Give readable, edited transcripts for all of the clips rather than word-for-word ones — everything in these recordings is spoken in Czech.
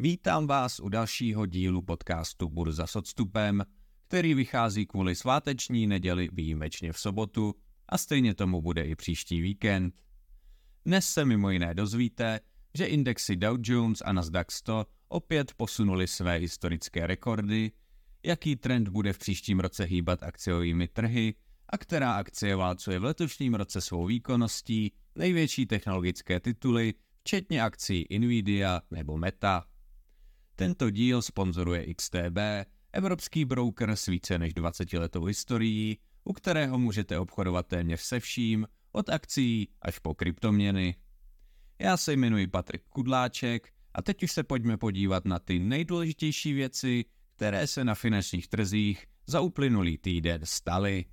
Vítám vás u dalšího dílu podcastu Burza s odstupem, který vychází kvůli sváteční neděli výjimečně v sobotu a stejně tomu bude i příští víkend. Dnes se mimo jiné dozvíte, že indexy Dow Jones a Nasdaq 100 opět posunuli své historické rekordy, jaký trend bude v příštím roce hýbat akciovými trhy a která akcie válcuje v letošním roce svou výkonností největší technologické tituly, včetně akcí Nvidia nebo Meta. Tento díl sponzoruje XTB, evropský broker s více než 20letou historií, u kterého můžete obchodovat téměř se vším, od akcií až po kryptoměny. Já se jmenuji Patrik Kudláček a teď už se pojďme podívat na ty nejdůležitější věci, které se na finančních trzích za uplynulý týden staly.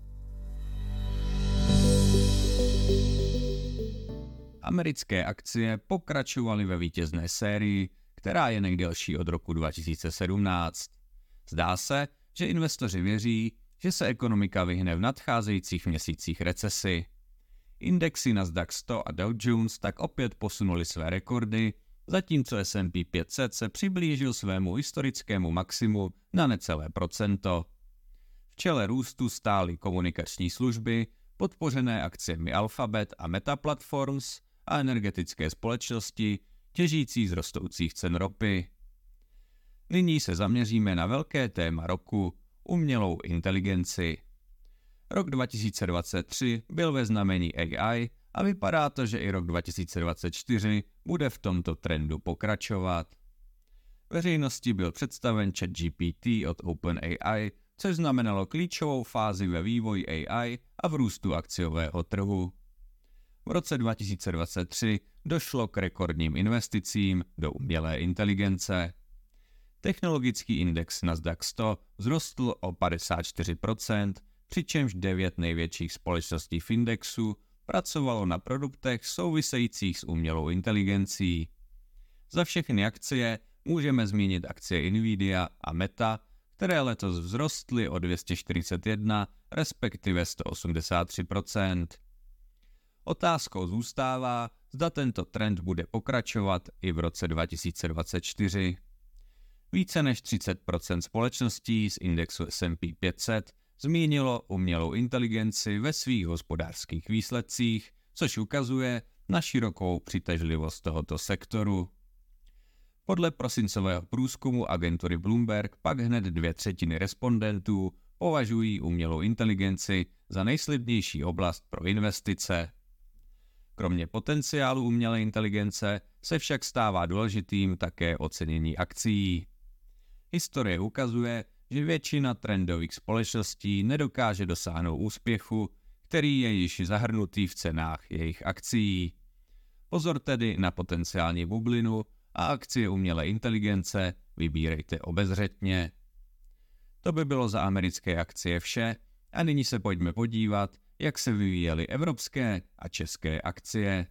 Americké akcie pokračovaly ve vítězné sérii, která je nejdelší od roku 2017. Zdá se, že investoři věří, že se ekonomika vyhne v nadcházejících měsících recesi. Indexy Nasdaq 100 a Dow Jones tak opět posunuli své rekordy, zatímco S&P 500 se přiblížil svému historickému maximu na necelé procento. V čele růstu stály komunikační služby, podpořené akciemi Alphabet a Meta Platforms a energetické společnosti, těžící z rostoucích cen ropy. Nyní se zaměříme na velké téma roku, umělou inteligenci. Rok 2023 byl ve znamení AI a vypadá to, že i rok 2024 bude v tomto trendu pokračovat. Veřejnosti byl představen ChatGPT od OpenAI, což znamenalo klíčovou fázi ve vývoji AI a v růstu akciového trhu. V roce 2023 došlo k rekordním investicím do umělé inteligence. Technologický index Nasdaq 100 vzrostl o 54%, přičemž 9 největších společností v indexu pracovalo na produktech souvisejících s umělou inteligencí. Za všechny akcie můžeme zmínit akcie Nvidia a Meta, které letos vzrostly o 241, respektive 183%. Otázkou zůstává, zda tento trend bude pokračovat i v roce 2024. Více než 30% společností z indexu S&P 500 zmínilo umělou inteligenci ve svých hospodářských výsledcích, což ukazuje na širokou přitažlivost tohoto sektoru. Podle prosincového průzkumu agentury Bloomberg pak hned 2/3 respondentů považují umělou inteligenci za nejslibnější oblast pro investice. Kromě potenciálu umělé inteligence se však stává důležitým také ocenění akcií. Historie ukazuje, že většina trendových společností nedokáže dosáhnout úspěchu, který je již zahrnutý v cenách jejich akcií. Pozor tedy na potenciální bublinu a akcie umělé inteligence vybírejte obezřetně. To by bylo za americké akcie vše a nyní se pojďme podívat, jak se vyvíjely evropské a české akcie.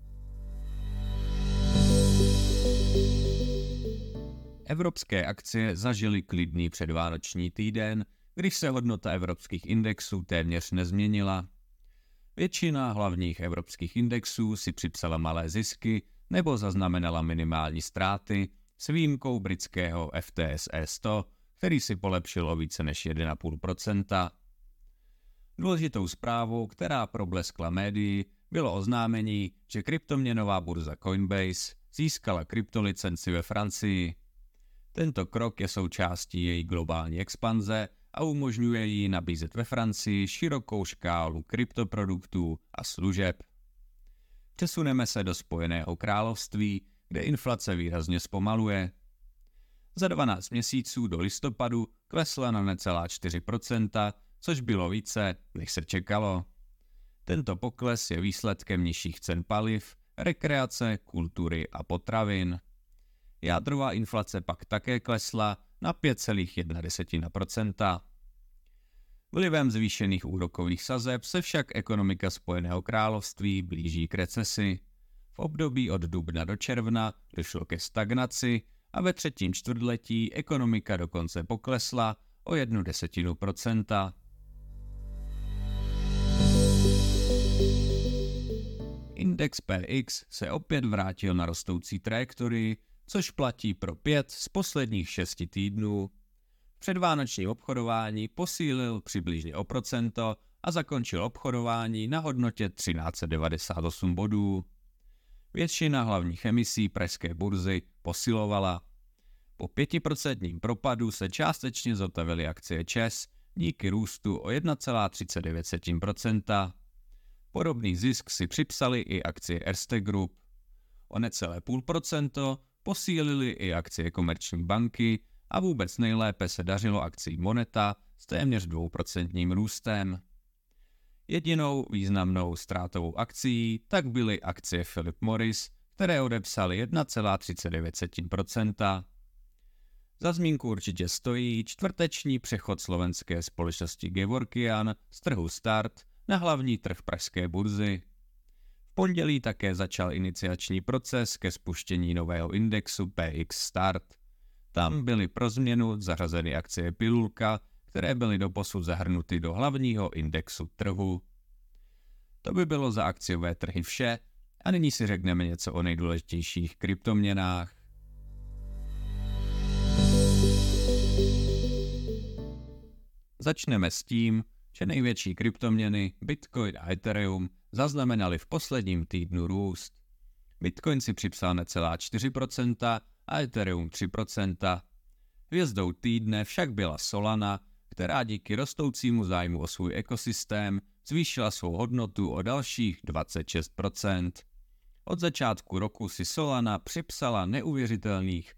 Evropské akcie zažily klidný předvánoční týden, když se hodnota evropských indexů téměř nezměnila. Většina hlavních evropských indexů si připsala malé zisky nebo zaznamenala minimální ztráty s výjimkou britského FTSE 100, který si polepšil o více než 1,5%. Důležitou zprávou, která probleskla médii, bylo oznámení, že kryptoměnová burza Coinbase získala kryptolicenci ve Francii. Tento krok je součástí její globální expanze a umožňuje jí nabízet ve Francii širokou škálu kryptoproduktů a služeb. Přesuneme se do Spojeného království, kde inflace výrazně zpomaluje. Za 12 měsíců do listopadu klesla na necelá 4%, což bylo více, než se čekalo. Tento pokles je výsledkem nižších cen paliv, rekreace, kultury a potravin. Jádrová inflace pak také klesla na 5,1%. Vlivem zvýšených úrokových sazeb se však ekonomika Spojeného království blíží k recesi. V období od dubna do června došlo ke stagnaci a ve třetím čtvrtletí ekonomika dokonce poklesla o 0,1%. Index PX se opět vrátil na rostoucí trajektorii, což platí pro 5 z posledních 6 týdnů. V předvánočním obchodování posílil přibližně o procento a zakončil obchodování na hodnotě 1398 bodů. Většina hlavních emisí pražské burzy posilovala. Po 5% propadu se částečně zotavily akcie ČEZ díky růstu o 1,39%. Podobný zisk si připsali i akcie Erste Group. O necelé 0,5% posílily i akcie Komerční banky a vůbec nejlépe se dařilo akciím Moneta s téměř 2% růstem. Jedinou významnou ztrátovou akcií tak byly akcie Philip Morris, které odepsaly 1,39%. Za zmínku určitě stojí čtvrteční přechod slovenské společnosti Gevorkian z trhu Start na hlavní trh pražské burzy. V pondělí také začal iniciační proces ke spuštění nového indexu PX Start. Tam byly pro změnu zařazeny akcie Pilulka, které byly doposud zahrnuty do hlavního indexu trhu. To by bylo za akciové trhy vše a nyní si řekneme něco o nejdůležitějších kryptoměnách. Začneme s tím, že největší kryptoměny Bitcoin a Ethereum zaznamenaly v posledním týdnu růst. Bitcoin si připsal necelá 4% a Ethereum 3%. Hvězdou týdne však byla Solana, která díky rostoucímu zájmu o svůj ekosystém zvýšila svou hodnotu o dalších 26%. Od začátku roku si Solana připsala neuvěřitelných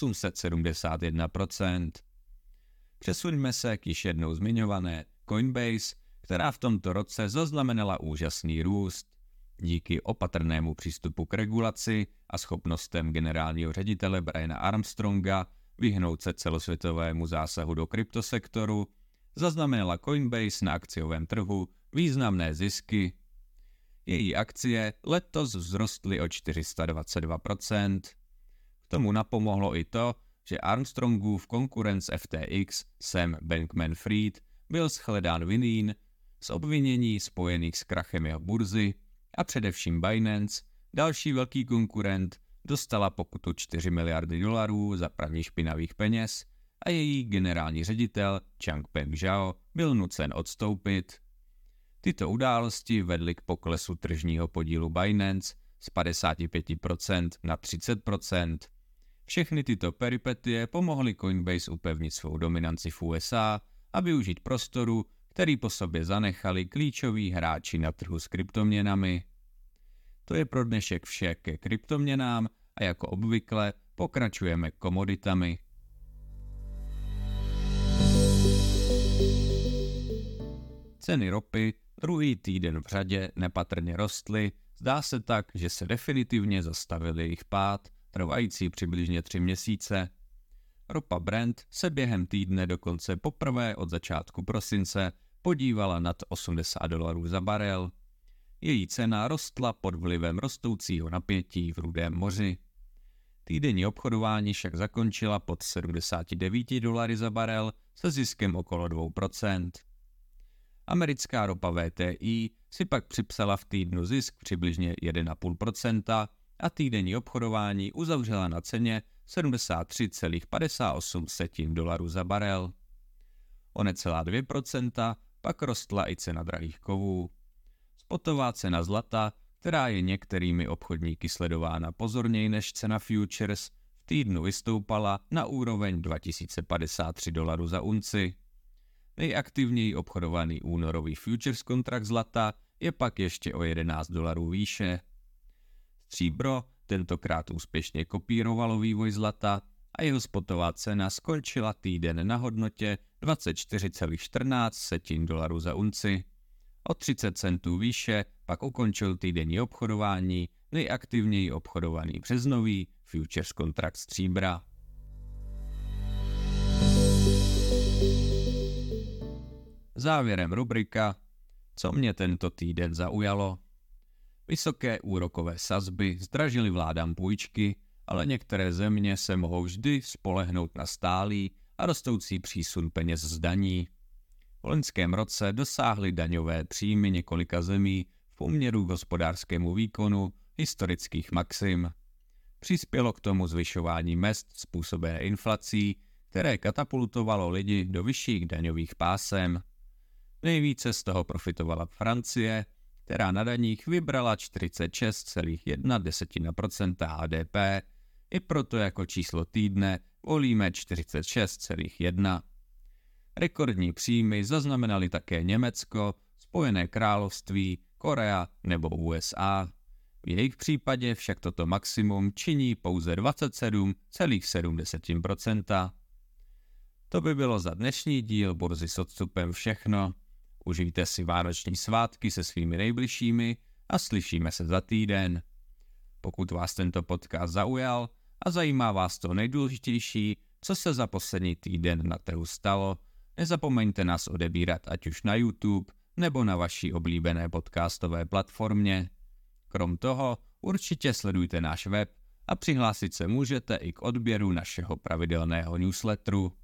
871%. Přesuňme se k již jednou zmiňované Coinbase, která v tomto roce zaznamenala úžasný růst. Díky opatrnému přístupu k regulaci a schopnostem generálního ředitele Briana Armstronga vyhnout se celosvětovému zásahu do kryptosektoru, zaznamenala Coinbase na akciovém trhu významné zisky. Její akcie letos vzrostly o 422%. K tomu napomohlo i to, že Armstrongův konkurent z FTX Sam Bankman-Fried byl shledán vinným z obvinění spojených s krachem jeho burzy a především Binance, další velký konkurent, dostala pokutu 4 miliardy dolarů za praní špinavých peněz a její generální ředitel Changpeng Zhao byl nucen odstoupit. Tyto události vedly k poklesu tržního podílu Binance z 55% na 30%. Všechny tyto peripetie pomohly Coinbase upevnit svou dominanci v USA a využít prostoru, který po sobě zanechali klíčoví hráči na trhu s kryptoměnami. To je pro dnešek vše ke kryptoměnám a jako obvykle pokračujeme komoditami. Ceny ropy druhý týden v řadě nepatrně rostly, zdá se tak, že se definitivně zastavil jejich pád, trvající přibližně 3 měsíce. Ropa Brent se během týdne dokonce poprvé od začátku prosince podívala nad $80 za barel. Její cena rostla pod vlivem rostoucího napětí v Rudém moři. Týdenní obchodování však zakončila pod $79 za barel se ziskem okolo 2%. Americká ropa WTI si pak připsala v týdnu zisk přibližně 1,5% a týdenní obchodování uzavřela na ceně $73,58 za barel. O necelá 2% pak rostla i cena drahých kovů. Spotová cena zlata, která je některými obchodníky sledována pozorněji než cena futures, v týdnu vystoupala na úroveň $2053 za unci. Nejaktivněji obchodovaný únorový futures kontrakt zlata je pak ještě o $11 výše. Stříbro tentokrát úspěšně kopírovalo vývoj zlata a jeho spotová cena skončila týden na hodnotě $24,14 za unci. O 30 centů výše pak ukončil týdenní obchodování nejaktivněji obchodovaný březnový futures kontrakt stříbra. Závěrem rubrika Co mě tento týden zaujalo. Vysoké úrokové sazby zdražily vládám půjčky, ale některé země se mohou vždy spolehnout na stálý a rostoucí přísun peněz z daní. V loňském roce dosáhly daňové příjmy několika zemí v poměru k hospodářskému výkonu historických maxim. Přispělo k tomu zvyšování mezd způsobené inflací, které katapultovalo lidi do vyšších daňových pásem. Nejvíce z toho profitovala Francie, která na daních vybrala 46,1% HDP, i proto jako číslo týdne volíme 46,1. Rekordní příjmy zaznamenali také Německo, Spojené království, Korea nebo USA. V jejich případě však toto maximum činí pouze 27,7%. To by bylo za dnešní díl Burzy s odstupem všechno. Užijte si vánoční svátky se svými nejbližšími a slyšíme se za týden. Pokud vás tento podcast zaujal a zajímá vás to nejdůležitější, co se za poslední týden na trhu stalo, nezapomeňte nás odebírat ať už na YouTube nebo na vaší oblíbené podcastové platformě. Krom toho určitě sledujte náš web a přihlásit se můžete i k odběru našeho pravidelného newsletteru.